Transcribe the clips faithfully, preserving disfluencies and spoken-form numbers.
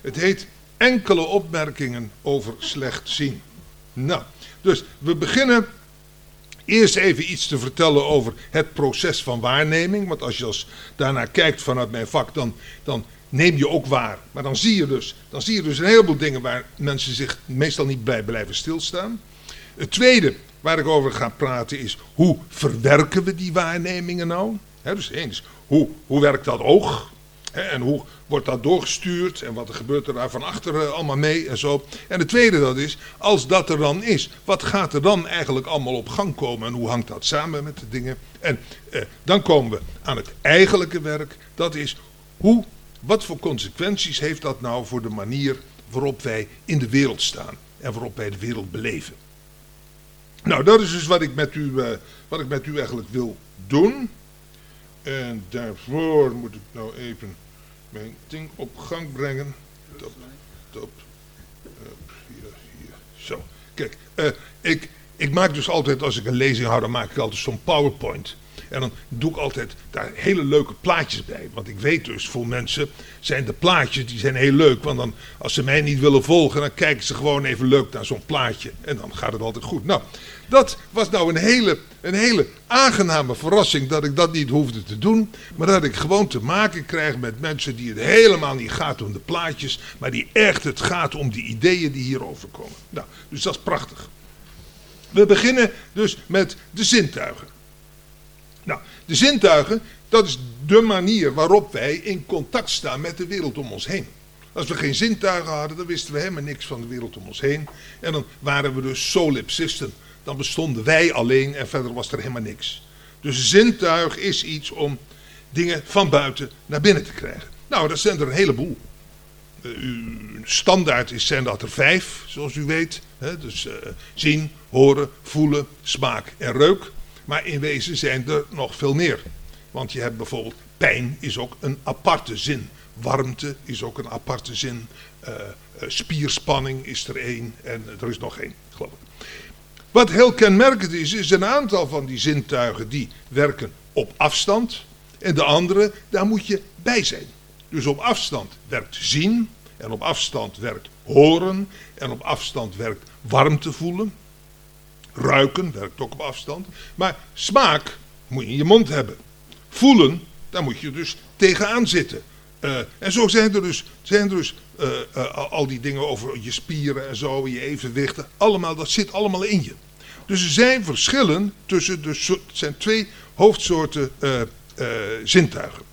Het heet Enkele opmerkingen over slecht zien. Nou, dus we beginnen eerst even iets te vertellen over het proces van waarneming. Want als je als daarnaar kijkt vanuit mijn vak, dan, dan neem je ook waar. Maar dan zie je dus, dan zie je dus een heleboel dingen waar mensen zich meestal niet bij blijven stilstaan. Het tweede waar ik over ga praten is, hoe verwerken we die waarnemingen nou? He, dus één is, hoe, hoe werkt dat oog? He, en hoe wordt dat doorgestuurd? En wat er gebeurt er daar van achteren allemaal mee en zo. En het tweede dat is, als dat er dan is, wat gaat er dan eigenlijk allemaal op gang komen? En hoe hangt dat samen met de dingen? En eh, dan komen we aan het eigenlijke werk. Dat is, hoe, wat voor consequenties heeft dat nou voor de manier waarop wij in de wereld staan? En waarop wij de wereld beleven? Nou, dat is dus wat ik met u, uh, wat ik met u eigenlijk wil doen. En daarvoor moet ik nou even mijn ding op gang brengen. Top, top. Up, hier, hier. Zo. Kijk, uh, ik, ik maak dus altijd, als ik een lezing hou, dan maak ik altijd zo'n PowerPoint. En dan doe ik altijd daar hele leuke plaatjes bij. Want ik weet dus, voor mensen zijn de plaatjes, die zijn heel leuk. Want dan, als ze mij niet willen volgen, dan kijken ze gewoon even leuk naar zo'n plaatje. En dan gaat het altijd goed. Nou, dat was nou een hele, een hele aangename verrassing dat ik dat niet hoefde te doen. Maar dat ik gewoon te maken krijg met mensen die het helemaal niet gaat om de plaatjes. Maar die echt het gaat om die ideeën die hierover komen. Nou, dus dat is prachtig. We beginnen dus met de zintuigen. Nou, de zintuigen, dat is de manier waarop wij in contact staan met de wereld om ons heen. Als we geen zintuigen hadden, dan wisten we helemaal niks van de wereld om ons heen. En dan waren we dus solipsisten. Dan bestonden wij alleen en verder was er helemaal niks. Dus een zintuig is iets om dingen van buiten naar binnen te krijgen. Nou, dat zijn er een heleboel. Uh, standaard is, zijn dat er vijf, zoals u weet. Hè? Dus uh, zien, horen, voelen, smaak en reuk. Maar in wezen zijn er nog veel meer. Want je hebt bijvoorbeeld, pijn is ook een aparte zin. Warmte is ook een aparte zin. Uh, uh, spierspanning is er één. En er is nog één, geloof ik. Wat heel kenmerkend is, is een aantal van die zintuigen die werken op afstand. En de andere, daar moet je bij zijn. Dus op afstand werkt zien. En op afstand werkt horen. En op afstand werkt warmte voelen. Ruiken werkt ook op afstand. Maar smaak moet je in je mond hebben. Voelen, daar moet je dus tegenaan zitten. Uh, en zo zijn er dus, zijn er dus uh, uh, al die dingen over je spieren en zo, je evenwichten. Allemaal, dat zit allemaal in je. Dus er zijn verschillen tussen, de, het zijn twee hoofdsoorten uh, uh, zintuigen.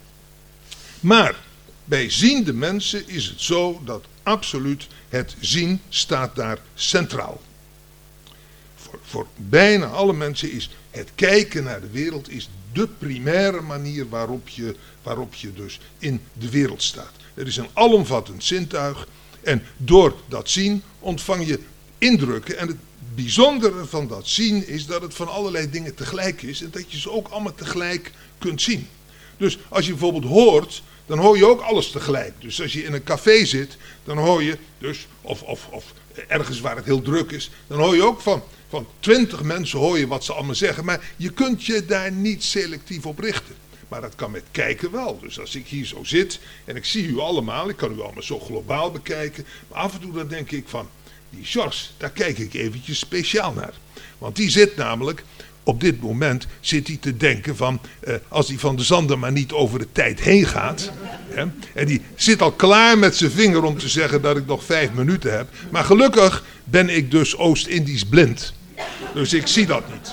Maar bij ziende mensen is het zo dat absoluut het zien staat daar centraal. Voor, voor bijna alle mensen is het kijken naar de wereld is de primaire manier waarop je, waarop je dus in de wereld staat. Het is een alomvattend zintuig en door dat zien ontvang je indrukken. En het bijzondere van dat zien is dat het van allerlei dingen tegelijk is en dat je ze ook allemaal tegelijk kunt zien. Dus als je bijvoorbeeld hoort, dan hoor je ook alles tegelijk. Dus als je in een café zit, dan hoor je dus, of, of, of ergens waar het heel druk is, dan hoor je ook van, van twintig mensen hoor je wat ze allemaal zeggen. Maar je kunt je daar niet selectief op richten. Maar dat kan met kijken wel. Dus als ik hier zo zit en ik zie u allemaal, ik kan u allemaal zo globaal bekijken. Maar af en toe dan denk ik van, die George, daar kijk ik eventjes speciaal naar. Want die zit namelijk, op dit moment zit hij te denken van, eh, als hij van de Zander maar niet over de tijd heen gaat. Hè, en die zit al klaar met zijn vinger om te zeggen dat ik nog vijf minuten heb. Maar gelukkig ben ik dus Oost-Indisch blind. Dus ik zie dat niet.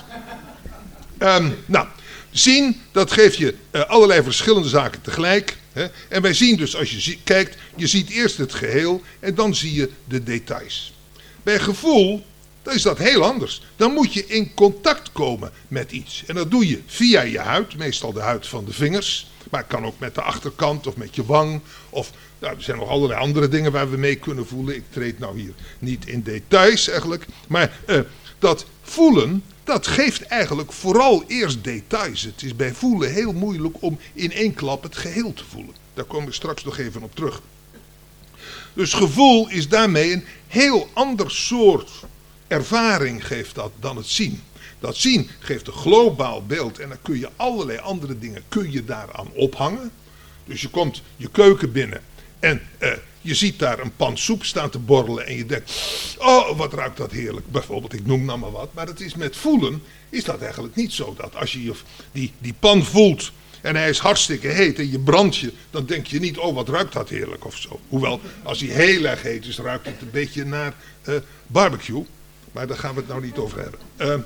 Um, nou, zien, dat geeft je uh, allerlei verschillende zaken tegelijk. Hè? En wij zien dus, als je zie, kijkt, je ziet eerst het geheel en dan zie je de details. Bij gevoel, dan is dat heel anders. Dan moet je in contact komen met iets. En dat doe je via je huid, meestal de huid van de vingers. Maar het kan ook met de achterkant of met je wang. Of nou, er zijn nog allerlei andere dingen waar we mee kunnen voelen. Ik treed nou hier niet in details eigenlijk. Maar uh, dat voelen, dat geeft eigenlijk vooral eerst details. Het is bij voelen heel moeilijk om in één klap het geheel te voelen. Daar kom ik straks nog even op terug. Dus gevoel is daarmee een heel ander soort ervaring geeft dat dan het zien. Dat zien geeft een globaal beeld en dan kun je allerlei andere dingen kun je daaraan ophangen. Dus je komt je keuken binnen en uh, je ziet daar een pan soep staan te borrelen en je denkt, oh wat ruikt dat heerlijk. Bijvoorbeeld, ik noem nou maar wat. Maar het is met voelen, is dat eigenlijk niet zo. Dat als je die, die pan voelt en hij is hartstikke heet en je brandt je, dan denk je niet, oh wat ruikt dat heerlijk of zo. Hoewel, als hij heel erg heet is, ruikt het een beetje naar uh, barbecue. Maar daar gaan we het nou niet over hebben. Uh,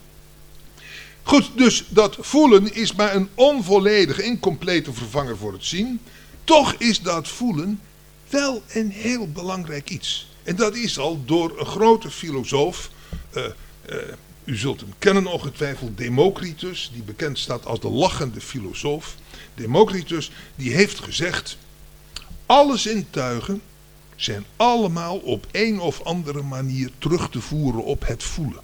goed, dus dat voelen is maar een onvolledige, incomplete vervanger voor het zien. Toch is dat voelen wel een heel belangrijk iets. En dat is al door een grote filosoof, uh, uh, u zult hem kennen ongetwijfeld, Democritus, die bekend staat als de lachende filosoof. Democritus, die heeft gezegd, alle zintuigen zijn allemaal op een of andere manier terug te voeren op het voelen.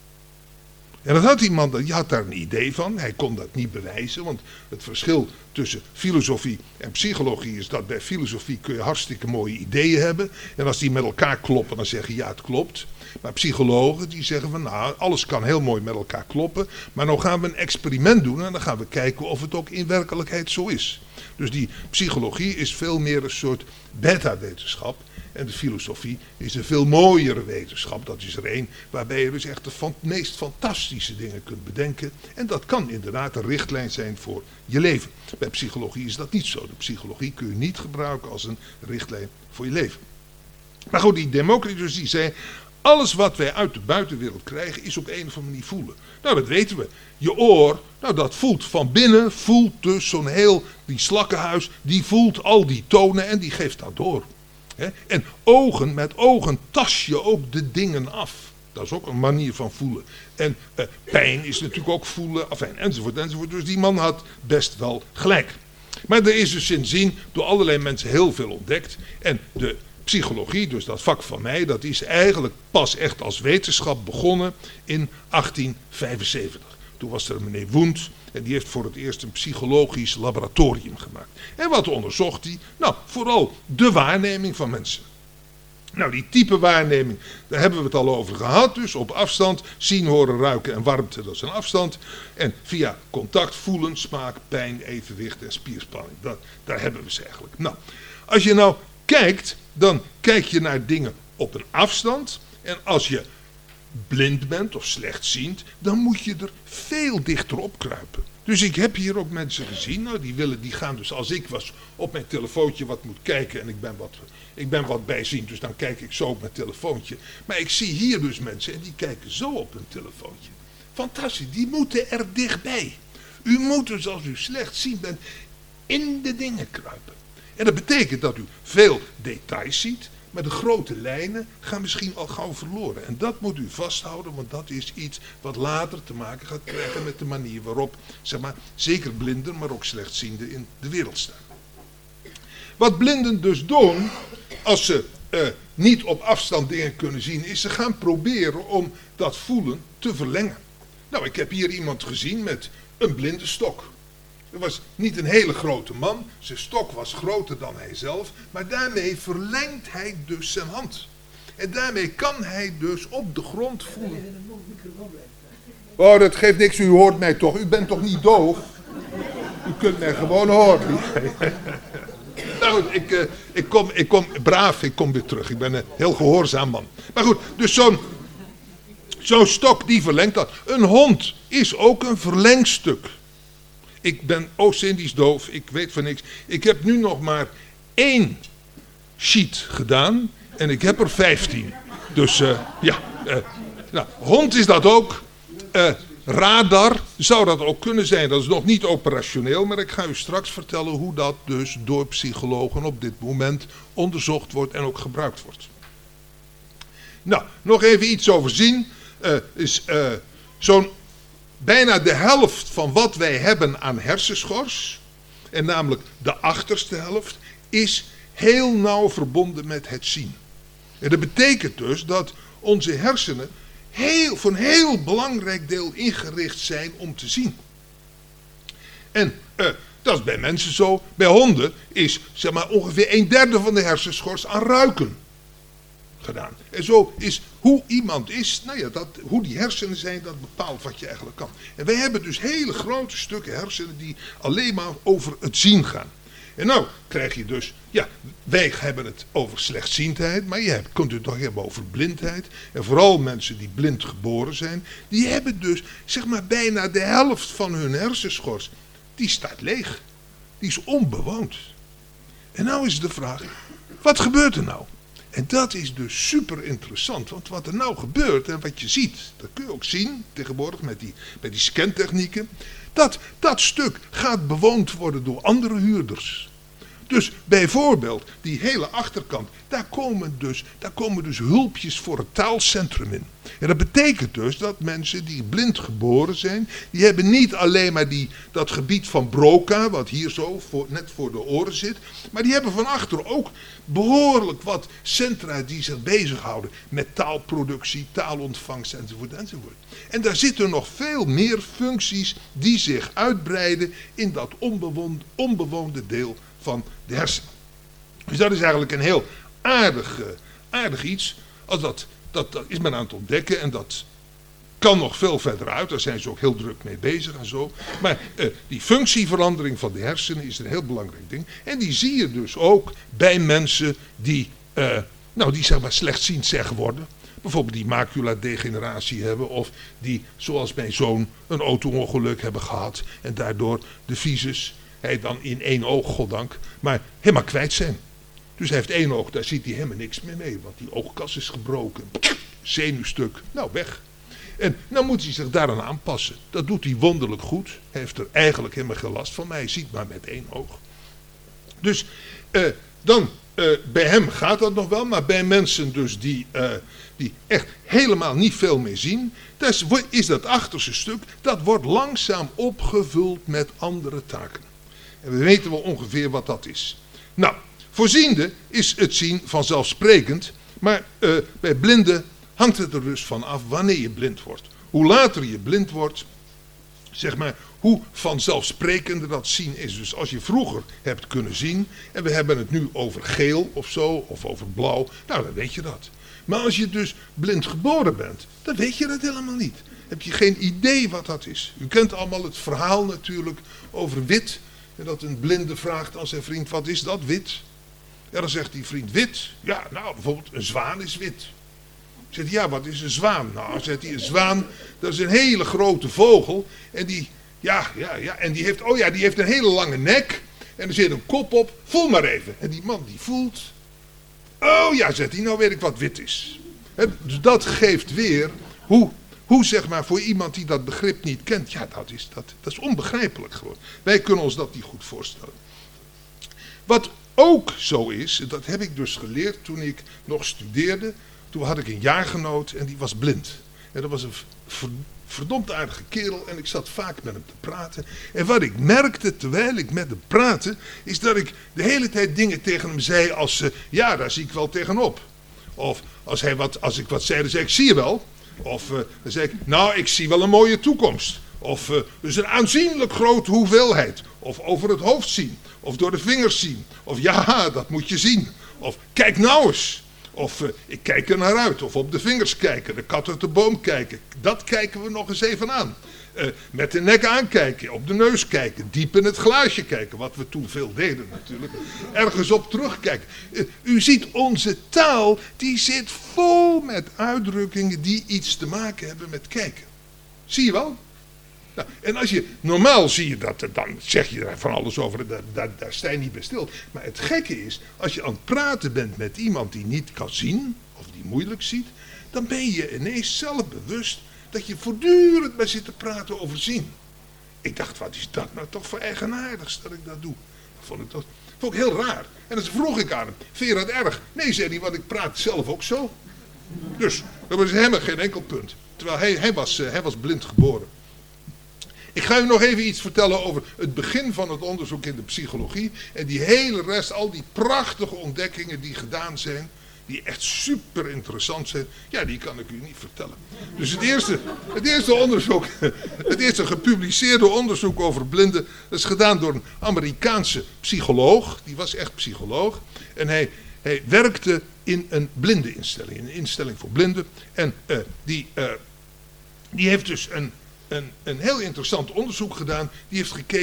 En dat had iemand, die had daar een idee van, hij kon dat niet bewijzen, want het verschil tussen filosofie en psychologie is dat bij filosofie kun je hartstikke mooie ideeën hebben. En als die met elkaar kloppen, dan zeg je ja, het klopt. Maar psychologen die zeggen van nou, alles kan heel mooi met elkaar kloppen, maar nou gaan we een experiment doen en dan gaan we kijken of het ook in werkelijkheid zo is. Dus die psychologie is veel meer een soort beta-wetenschap. En de filosofie is een veel mooiere wetenschap. Dat is er één waarbij je dus echt de van, meest fantastische dingen kunt bedenken. En dat kan inderdaad een richtlijn zijn voor je leven. Bij psychologie is dat niet zo. De psychologie kun je niet gebruiken als een richtlijn voor je leven. Maar goed, die Democritus die zei, alles wat wij uit de buitenwereld krijgen is op een of andere manier voelen. Nou, dat weten we. Je oor, nou dat voelt van binnen, voelt dus zo'n heel, die slakkenhuis, die voelt al die tonen en die geeft dat door. He? En ogen, met ogen tas je ook de dingen af. Dat is ook een manier van voelen. En uh, pijn is natuurlijk ook voelen, afijn, enzovoort, enzovoort. Dus die man had best wel gelijk. Maar er is dus sindsdien door allerlei mensen heel veel ontdekt. En de psychologie, dus dat vak van mij, dat is eigenlijk pas echt als wetenschap begonnen in achttien vijfenzeventig. Toen was er een meneer Wundt en die heeft voor het eerst een psychologisch laboratorium gemaakt. En wat onderzocht hij? Nou, vooral de waarneming van mensen. Nou, die type waarneming, daar hebben we het al over gehad. Dus op afstand, zien, horen, ruiken en warmte, dat is een afstand. En via contact, voelen, smaak, pijn, evenwicht en spierspanning. Dat, daar hebben we ze eigenlijk. Nou, als je nou kijkt, dan kijk je naar dingen op een afstand. En als je blind bent of slechtziend, dan moet je er veel dichter op kruipen. Dus ik heb hier ook mensen gezien, nou, die, willen, die gaan dus als ik was op mijn telefoontje wat moet kijken en ik ben wat, ik ben wat bijziend, dus dan kijk ik zo op mijn telefoontje. Maar ik zie hier dus mensen en die kijken zo op hun telefoontje. Fantastisch, die moeten er dichtbij. U moet dus als u slechtziend bent in de dingen kruipen. En dat betekent dat u veel details ziet, maar de grote lijnen gaan misschien al gauw verloren. En dat moet u vasthouden, want dat is iets wat later te maken gaat krijgen met de manier waarop, zeg maar, zeker blinden, maar ook slechtzienden in de wereld staan. Wat blinden dus doen, als ze uh, niet op afstand dingen kunnen zien, is ze gaan proberen om dat voelen te verlengen. Nou, ik heb hier iemand gezien met een blinde stok. Het was niet een hele grote man, zijn stok was groter dan hij zelf, maar daarmee verlengt hij dus zijn hand. En daarmee kan hij dus op de grond voelen. Oh, dat geeft niks, u hoort mij toch, u bent toch niet doof? U kunt mij gewoon horen. Nou goed, ik, uh, ik, kom, ik kom braaf, ik kom weer terug, ik ben een heel gehoorzaam man. Maar goed, dus zo'n zo'n stok die verlengt dat. Een hond is ook een verlengstuk. Ik ben Oost-Indisch doof, ik weet van niks. Ik heb nu nog maar één sheet gedaan en ik heb er vijftien. Dus uh, ja, uh, nou, hond is dat ook. Uh, radar zou dat ook kunnen zijn. Dat is nog niet operationeel, maar ik ga u straks vertellen hoe dat dus door psychologen op dit moment onderzocht wordt en ook gebruikt wordt. Nou, nog even iets over zien. Uh, is uh, zo'n bijna de helft van wat wij hebben aan hersenschors, en namelijk de achterste helft, is heel nauw verbonden met het zien. En dat betekent dus dat onze hersenen heel, voor een heel belangrijk deel ingericht zijn om te zien. En uh, dat is bij mensen zo. Bij honden is, zeg maar, ongeveer een derde van de hersenschors aan ruiken gedaan. En zo is hoe iemand is, nou ja, dat, hoe die hersenen zijn, dat bepaalt wat je eigenlijk kan. En wij hebben dus hele grote stukken hersenen die alleen maar over het zien gaan. En nou krijg je dus, ja, wij hebben het over slechtziendheid, maar je hebt, kunt het toch hebben over blindheid. En vooral mensen die blind geboren zijn, die hebben dus, zeg maar, bijna de helft van hun hersenschors, die staat leeg. Die is onbewoond. En nou is de vraag, wat gebeurt er nou? En dat is dus super interessant, want wat er nou gebeurt en wat je ziet, dat kun je ook zien tegenwoordig met die, met die scantechnieken, dat dat stuk gaat bewoond worden door andere huurders. Dus bijvoorbeeld die hele achterkant, daar komen dus, daar komen dus hulpjes voor het taalcentrum in. En dat betekent dus dat mensen die blind geboren zijn, die hebben niet alleen maar die, dat gebied van Broca, wat hier zo voor, net voor de oren zit, maar die hebben van achter ook behoorlijk wat centra die zich bezighouden met taalproductie, taalontvangst enzovoort enzovoort. En daar zitten nog veel meer functies die zich uitbreiden in dat onbewoonde, onbewoonde deel van de hersenen. Dus dat is eigenlijk een heel aardig, uh, aardig iets. Als dat, dat, dat is men aan het ontdekken en dat kan nog veel verder uit. Daar zijn ze ook heel druk mee bezig en zo. Maar uh, die functieverandering van de hersenen is een heel belangrijk ding. En die zie je dus ook bij mensen die, uh, nou, die zeg maar slechtziend zijn geworden. Bijvoorbeeld die maculadegeneratie hebben of die, zoals mijn zoon, een auto-ongeluk hebben gehad en daardoor de visus, hij dan in één oog, goddank, maar helemaal kwijt zijn. Dus hij heeft één oog, daar ziet hij helemaal niks meer mee, want die oogkas is gebroken. Zenuwstuk, nou weg. En dan moet hij zich daaraan aanpassen. Dat doet hij wonderlijk goed. Hij heeft er eigenlijk helemaal geen last van, maar hij ziet maar met één oog. Dus uh, dan, uh, bij hem gaat dat nog wel, maar bij mensen dus die, uh, die echt helemaal niet veel meer zien, dus is dat achterste stuk, dat wordt langzaam opgevuld met andere taken. En we weten wel ongeveer wat dat is. Nou, voor zienden is het zien vanzelfsprekend, maar uh, bij blinden hangt het er dus van af wanneer je blind wordt. Hoe later je blind wordt, zeg maar, hoe vanzelfsprekender dat zien is. Dus als je vroeger hebt kunnen zien, en we hebben het nu over geel of zo, of over blauw, nou dan weet je dat. Maar als je dus blind geboren bent, dan weet je dat helemaal niet. Heb je geen idee wat dat is. U kent allemaal het verhaal natuurlijk over wit. En dat een blinde vraagt aan zijn vriend, wat is dat, wit? En dan zegt die vriend, wit? Ja, nou, bijvoorbeeld een zwaan is wit. Zegt hij, ja, wat is een zwaan? Nou, zegt hij, een zwaan, dat is een hele grote vogel. En die, ja, ja, ja, en die heeft, oh ja, die heeft een hele lange nek. En er zit een kop op, voel maar even. En die man die voelt, oh ja, zegt hij, nou weet ik wat wit is. En dus dat geeft weer hoe... Hoe zeg maar voor iemand die dat begrip niet kent, ja dat is, dat, dat is onbegrijpelijk gewoon. Wij kunnen ons dat niet goed voorstellen. Wat ook zo is, dat heb ik dus geleerd toen ik nog studeerde. Toen had ik een jaargenoot en die was blind. En dat was een verdomd aardige kerel en ik zat vaak met hem te praten. En wat ik merkte terwijl ik met hem praatte, is dat ik de hele tijd dingen tegen hem zei als, uh, ja daar zie ik wel tegenop. Of als, hij wat, als ik wat zei, dan zei ik, zie je wel. Of uh, dan zeg ik, nou ik zie wel een mooie toekomst. Of uh, dus een aanzienlijk grote hoeveelheid. Of over het hoofd zien. Of door de vingers zien. Of ja, dat moet je zien. Of kijk nou eens. Of uh, ik kijk er naar uit. Of op de vingers kijken. De kat uit de boom kijken. Dat kijken we nog eens even aan. Uh, met de nek aankijken. Op de neus kijken. Diep in het glaasje kijken. Wat we toen veel deden natuurlijk. Ergens op terugkijken. Uh, u ziet onze taal. Die zit vol met uitdrukkingen die iets te maken hebben met kijken. Zie je wel? Nou, en als je, normaal zie je dat, dan zeg je daar van alles over, daar, daar, daar sta je niet bij stil. Maar het gekke is, als je aan het praten bent met iemand die niet kan zien, of die moeilijk ziet, dan ben je ineens zelfbewust dat je voortdurend bij zit te praten over zien. Ik dacht, wat is dat nou toch voor eigenaardigs dat ik dat doe? Dat vond ik, toch, vond ik heel raar. En dan vroeg ik aan hem, vind je dat erg? Nee, zei hij, want ik praat zelf ook zo. Dus, dat was helemaal geen enkel punt. Terwijl hij, hij, was, hij was blind geboren. Ik ga u nog even iets vertellen over het begin van het onderzoek in de psychologie. En die hele rest, al die prachtige ontdekkingen die gedaan zijn, die echt super interessant zijn, ja, die kan ik u niet vertellen. Dus het eerste, het eerste onderzoek, het eerste gepubliceerde onderzoek over blinden, dat is gedaan door een Amerikaanse psycholoog. Die was echt psycholoog. En hij, hij werkte in een blindeninstelling, een instelling voor blinden. En uh, die, uh, die heeft dus een... Een, een heel interessant onderzoek gedaan. Die heeft gekeken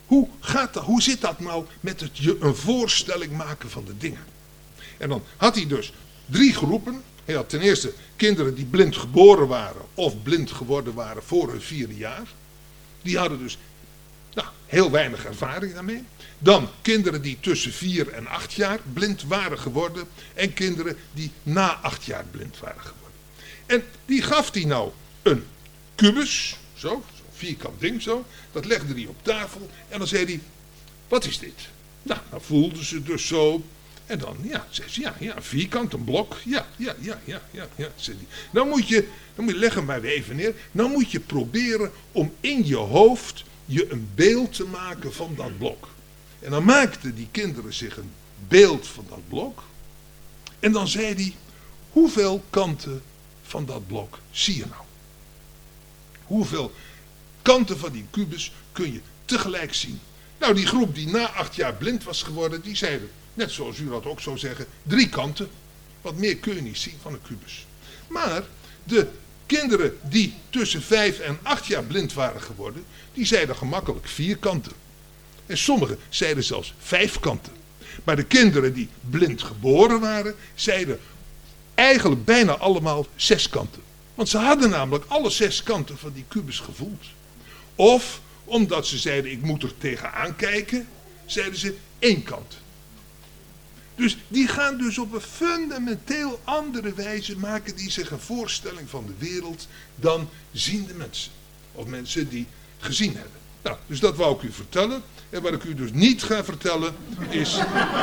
hoe, gaat dat, hoe zit dat nou met het je een voorstelling maken van de dingen? En dan had hij dus drie groepen. Hij had ten eerste kinderen die blind geboren waren of blind geworden waren voor hun vierde jaar. Die hadden dus nou, heel weinig ervaring daarmee. Dan kinderen die tussen vier en acht jaar blind waren geworden. En kinderen die na acht jaar blind waren geworden. En die gaf hij nou een kubus, zo, zo'n vierkant ding zo. Dat legde hij op tafel en dan zei hij, wat is dit? Nou, dan voelden ze dus zo. En dan, ja, zei ze, ja, ja, een vierkant, een blok. Ja, ja, ja, ja, ja, ja, zei hij. Dan moet je, dan moet je, leg hem maar weer even neer. Dan moet je proberen om in je hoofd je een beeld te maken van dat blok. En dan maakten die kinderen zich een beeld van dat blok. En dan zei hij, hoeveel kanten van dat blok zie je nou? Hoeveel kanten van die kubus kun je tegelijk zien? Nou, die groep die na acht jaar blind was geworden, die zeiden, net zoals u dat ook zou zeggen, drie kanten. Wat meer kun je niet zien van een kubus. Maar de kinderen die tussen vijf en acht jaar blind waren geworden, die zeiden gemakkelijk vier kanten. En sommigen zeiden zelfs vijf kanten. Maar de kinderen die blind geboren waren, zeiden eigenlijk bijna allemaal zes kanten. Want ze hadden namelijk alle zes kanten van die kubus gevoeld. Of, omdat ze zeiden, ik moet er tegenaan kijken, zeiden ze één kant. Dus die gaan dus op een fundamenteel andere wijze maken die zich een voorstelling van de wereld dan ziende mensen. Of mensen die gezien hebben. Nou, dus dat wou ik u vertellen. En wat ik u dus niet ga vertellen is...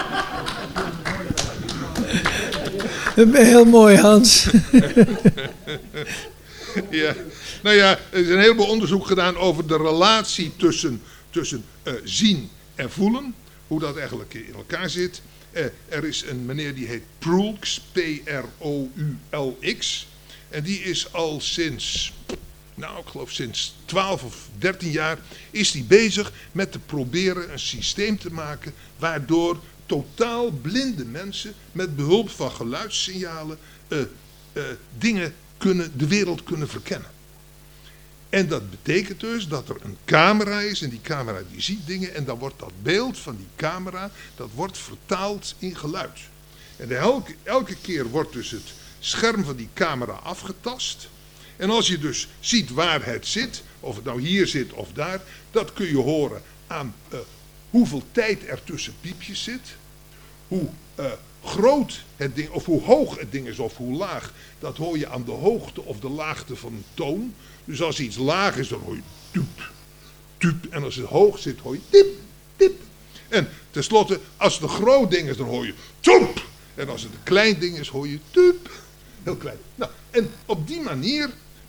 Heel mooi, Hans. Ja, nou ja, er is een heleboel onderzoek gedaan over de relatie tussen, tussen uh, zien en voelen. Hoe dat eigenlijk in elkaar zit. Uh, er is een meneer die heet Proulx, P R O U L X. En die is al sinds, nou ik geloof sinds twaalf of dertien jaar, is die bezig met te proberen een systeem te maken waardoor totaal blinde mensen met behulp van geluidssignalen uh, uh, dingen kunnen, de wereld kunnen verkennen. En dat betekent dus dat er een camera is en die camera die ziet dingen en dan wordt dat beeld van die camera, dat wordt vertaald in geluid. En elke, elke keer wordt dus het scherm van die camera afgetast. En als je dus ziet waar het zit, of het nou hier zit of daar, dat kun je horen aan uh, hoeveel tijd er tussen piepjes zit, hoe uh, groot het ding, of hoe hoog het ding is of hoe laag, dat hoor je aan de hoogte of de laagte van een toon. Dus als iets laag is, dan hoor je tup, tup. En als het hoog zit, hoor je tip, tip. En tenslotte, als het een groot ding is, dan hoor je toep. En als het een klein ding is, hoor je tup. Heel klein. Nou, en op die manier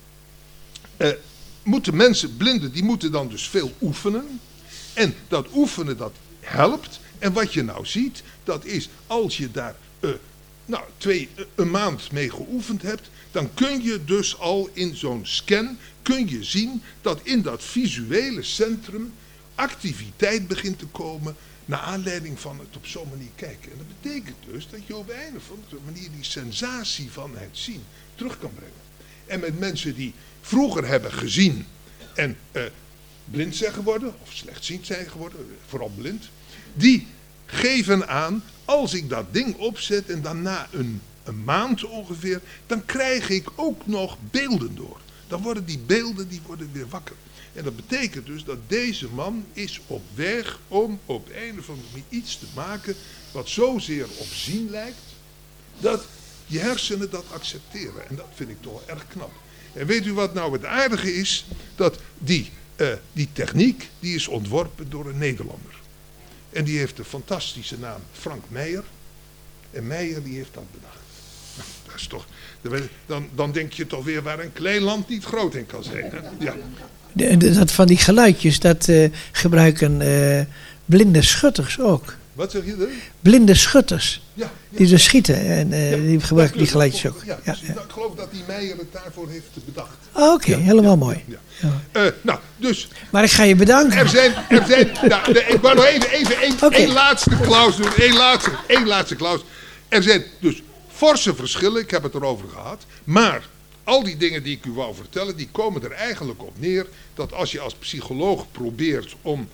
eh, moeten mensen, blinden, die moeten dan dus veel oefenen. En dat oefenen, dat helpt. En wat je nou ziet, dat is als je daar uh, nou, twee, uh, een maand mee geoefend hebt, dan kun je dus al in zo'n scan, kun je zien dat in dat visuele centrum activiteit begint te komen naar aanleiding van het op zo'n manier kijken. En dat betekent dus dat je op een of andere manier die sensatie van het zien terug kan brengen. En met mensen die vroeger hebben gezien en uh, blind zijn geworden, of slechtziend zijn geworden, vooral blind, die geven aan, als ik dat ding opzet en dan na een, een maand ongeveer, dan krijg ik ook nog beelden door. Dan worden die beelden die worden weer wakker. En dat betekent dus dat deze man is op weg om op een of andere manier iets te maken wat zozeer op zien lijkt, dat je hersenen dat accepteren. En dat vind ik toch erg knap. En weet u wat nou het aardige is? Dat die, uh, die techniek, die is ontworpen door een Nederlander. En die heeft de fantastische naam Frank Meijer. En Meijer die heeft dat bedacht. Nou, dat is toch, dan, dan denk je toch weer waar een klein land niet groot in kan zijn. Hè? Ja. De, de, dat van die geluidjes, dat uh, gebruiken uh, blinde schutters ook. Wat zeg je dan? Blinde schutters. Ja, ja. Die dus schieten en uh, ja, die gebruiken die geluidjes ook. Ja, dus ja, ja. Ik geloof dat die Meijer het daarvoor heeft bedacht. Oh, oké, okay, ja, helemaal ja, mooi. Ja, ja. Ja. Uh, nou, dus... Maar ik ga je bedanken. Er zijn... Er zijn nou, de, ik wou nog even, even één, okay. één laatste klaus doen. Één laatste, één laatste klaus. Er zijn dus forse verschillen, ik heb het erover gehad. Maar al die dingen die ik u wou vertellen, die komen er eigenlijk op neer dat als je als psycholoog probeert om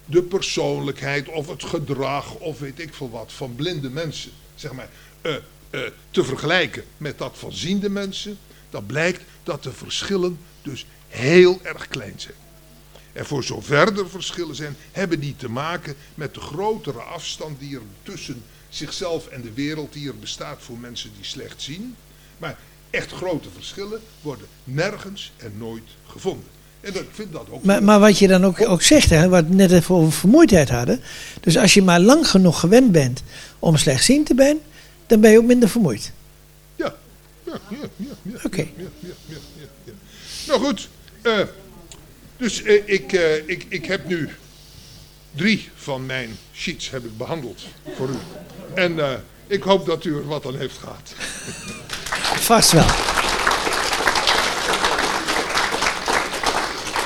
de persoonlijkheid of het gedrag of weet ik veel wat van blinde mensen, zeg maar, uh, uh, te vergelijken met dat van ziende mensen, dan blijkt dat de verschillen dus heel erg klein zijn. En voor zover er verschillen zijn, hebben die te maken met de grotere afstand die er tussen zichzelf en de wereld die er bestaat voor mensen die slecht zien. Maar echt grote verschillen worden nergens en nooit gevonden. En ik vind dat ook... Maar, maar wat je dan ook, ook zegt, hè, wat we net even over vermoeidheid hadden. Dus als je maar lang genoeg gewend bent om slechtziend te zijn, dan ben je ook minder vermoeid. Ja, ja, ja, ja. ja Oké. Okay. Ja, ja, ja, ja, ja. Nou goed, uh, dus uh, ik, uh, ik, ik heb nu drie van mijn sheets heb ik behandeld voor u. En uh, ik hoop dat u er wat aan heeft gehad. Vast wel.